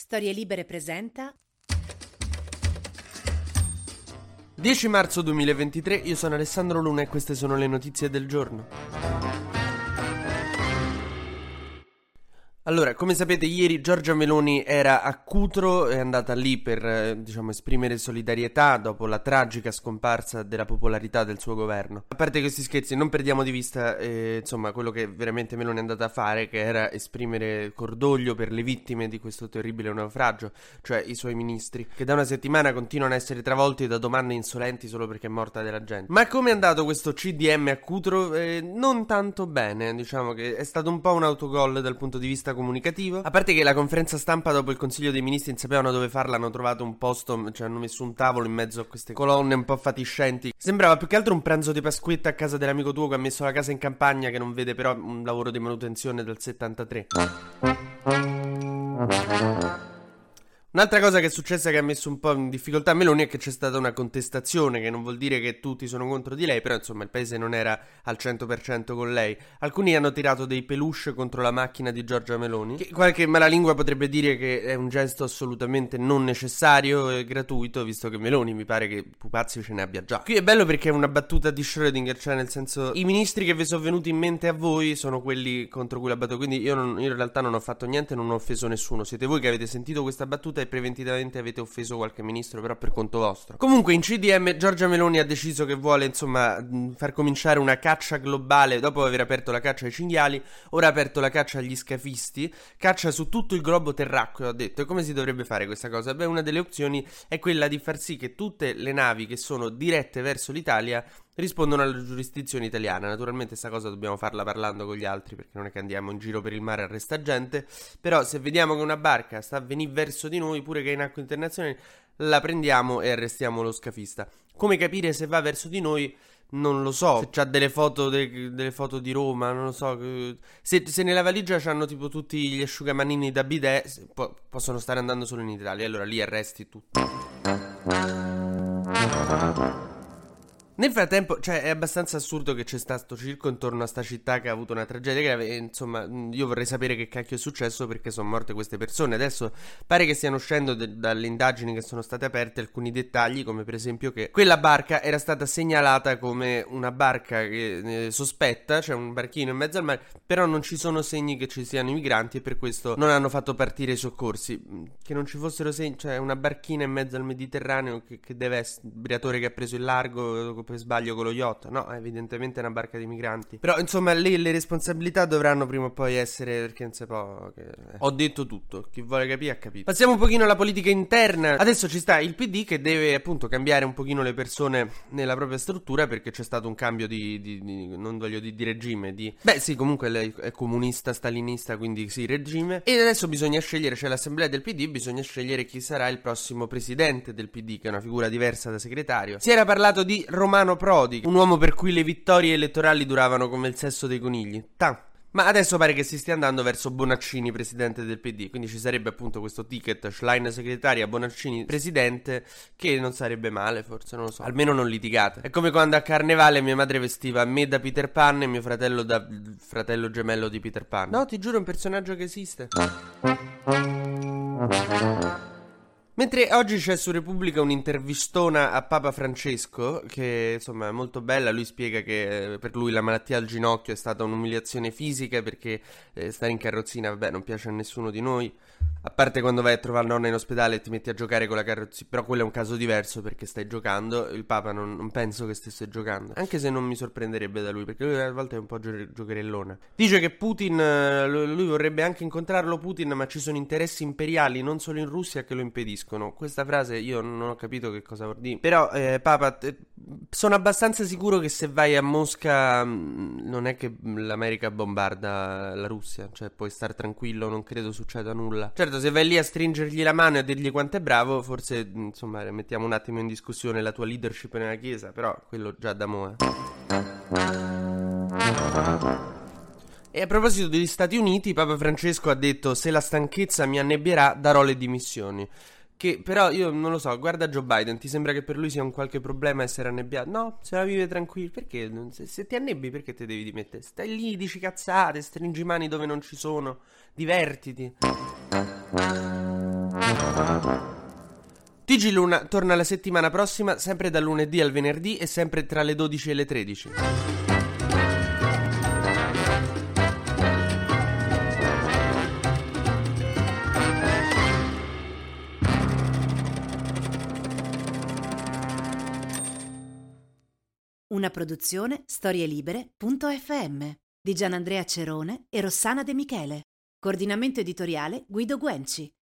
Storie Libere presenta 10 marzo 2023, io sono Alessandro Luna e queste sono le notizie del giorno. Allora, come sapete, ieri Giorgia Meloni era a Cutro, è andata lì per, esprimere solidarietà dopo la tragica scomparsa della popolarità del suo governo. A parte questi scherzi, non perdiamo di vista, quello che veramente Meloni è andata a fare, che era esprimere cordoglio per le vittime di questo terribile naufragio, cioè i suoi ministri, che da una settimana continuano a essere travolti da domande insolenti solo perché è morta della gente. Ma come è andato questo CDM a Cutro? Non tanto bene, diciamo che è stato un po' un autogol dal punto di vista comunicativo. A parte che la conferenza stampa dopo il Consiglio dei Ministri non sapevano dove farla, hanno trovato un posto, cioè hanno messo un tavolo in mezzo a queste colonne un po' fatiscenti. Sembrava più che altro un pranzo di Pasquetta a casa dell'amico tuo che ha messo la casa in campagna, che non vede però un lavoro di manutenzione dal 73. Un'altra cosa che è successa che ha messo un po' in difficoltà Meloni è che c'è stata una contestazione, che non vuol dire che tutti sono contro di lei, però insomma il paese non era al 100% con lei. Alcuni hanno tirato dei peluche contro la macchina di Giorgia Meloni, che qualche malalingua potrebbe dire che è un gesto assolutamente non necessario e gratuito, visto che Meloni mi pare che pupazzi ce ne abbia già. Qui è bello perché è una battuta di Schrödinger, cioè nel senso, i ministri che vi sono venuti in mente a voi sono quelli contro cui la battuta, quindi io in realtà non ho fatto niente, non ho offeso nessuno, siete voi che avete sentito questa battuta e preventivamente avete offeso qualche ministro, però per conto vostro. Comunque in CDM Giorgia Meloni ha deciso che vuole far cominciare una caccia globale. Dopo aver aperto la caccia ai cinghiali, ora ha aperto la caccia agli scafisti, caccia su tutto il globo terracqueo, ha detto. E come si dovrebbe fare questa cosa? Beh, una delle opzioni è quella di far sì che tutte le navi che sono dirette verso l'Italia rispondono alla giurisdizione italiana. Naturalmente sta cosa dobbiamo farla parlando con gli altri, perché non è che andiamo in giro per il mare a arresta gente. Però se vediamo che una barca sta a venire verso di noi, pure che è in acque internazionali, la prendiamo e arrestiamo lo scafista. Come capire se va verso di noi? Non lo so. Se c'ha delle foto di Roma, non lo so. Se nella valigia c'hanno tipo tutti gli asciugamanini da bidet, possono stare andando solo in Italia. Allora lì arresti tutto. Nel frattempo, cioè, è abbastanza assurdo che c'è stato circo intorno a sta città che ha avuto una tragedia grave. E, insomma, io vorrei sapere che cacchio è successo, perché sono morte queste persone. Adesso pare che stiano uscendo dalle indagini che sono state aperte alcuni dettagli, come per esempio che quella barca era stata segnalata come una barca che sospetta, cioè un barchino in mezzo al mare, però non ci sono segni che ci siano i migranti e per questo non hanno fatto partire i soccorsi. Che non ci fossero segni, cioè una barchina in mezzo al Mediterraneo che deve essere un briatore che ha preso il largo per sbaglio con lo yacht. No, evidentemente è una barca di migranti. Però insomma lì le responsabilità dovranno prima o poi essere, perché non si può Ho detto tutto, chi vuole capire ha capito. Passiamo un pochino alla politica interna. Adesso ci sta il PD che deve appunto cambiare un pochino le persone nella propria struttura, perché c'è stato un cambio non voglio di regime, beh sì, comunque lei è comunista, stalinista, quindi sì, regime. E adesso bisogna scegliere, c'è l'assemblea del PD, bisogna scegliere chi sarà il prossimo presidente del PD, che è una figura diversa da segretario. Si era parlato di Romano Prodi, un uomo per cui le vittorie elettorali duravano come il sesso dei conigli. Ma adesso pare che si stia andando verso Bonaccini presidente del PD, quindi ci sarebbe appunto questo ticket Schlein segretaria, Bonaccini presidente, che non sarebbe male, forse, non lo so, almeno non litigate. È come quando a Carnevale mia madre vestiva me da Peter Pan e mio fratello da fratello gemello di Peter Pan. No, ti giuro, è un personaggio che esiste. Mentre oggi c'è su Repubblica un'intervistona a Papa Francesco, che insomma è molto bella. Lui spiega che per lui la malattia al ginocchio è stata un'umiliazione fisica, perché stare in carrozzina, vabbè, non piace a nessuno di noi, a parte quando vai a trovare la nonna in ospedale e ti metti a giocare con la carrozzina. Però quello è un caso diverso, perché stai giocando. Il Papa non penso che stesse giocando, anche se non mi sorprenderebbe da lui, perché lui a volte è un po' giocherellona. Dice che Putin, lui vorrebbe anche incontrarlo Putin, ma ci sono interessi imperiali non solo in Russia che lo impediscono. Questa frase io non ho capito che cosa vuol dire. Però Papa, sono abbastanza sicuro che se vai a Mosca non è che l'America bombarda la Russia, cioè puoi star tranquillo, non credo succeda nulla. Certo, se vai lì a stringergli la mano e a dirgli quanto è bravo, forse insomma mettiamo un attimo in discussione la tua leadership nella chiesa, però quello già da mo'. E a proposito degli Stati Uniti, Papa Francesco ha detto: se la stanchezza mi annebbierà darò le dimissioni. Che però io non lo so, guarda Joe Biden, ti sembra che per lui sia un qualche problema essere annebbiato? No, se la vive tranquillo, perché? Se ti annebbi perché te devi dimettere? Stai lì, dici cazzate, stringi mani dove non ci sono, divertiti. TG Luna torna la settimana prossima, sempre dal lunedì al venerdì e sempre tra le 12 e le 13. Una produzione storielibere.fm di Gianandrea Cerone e Rossana De Michele. Coordinamento editoriale Guido Guenci.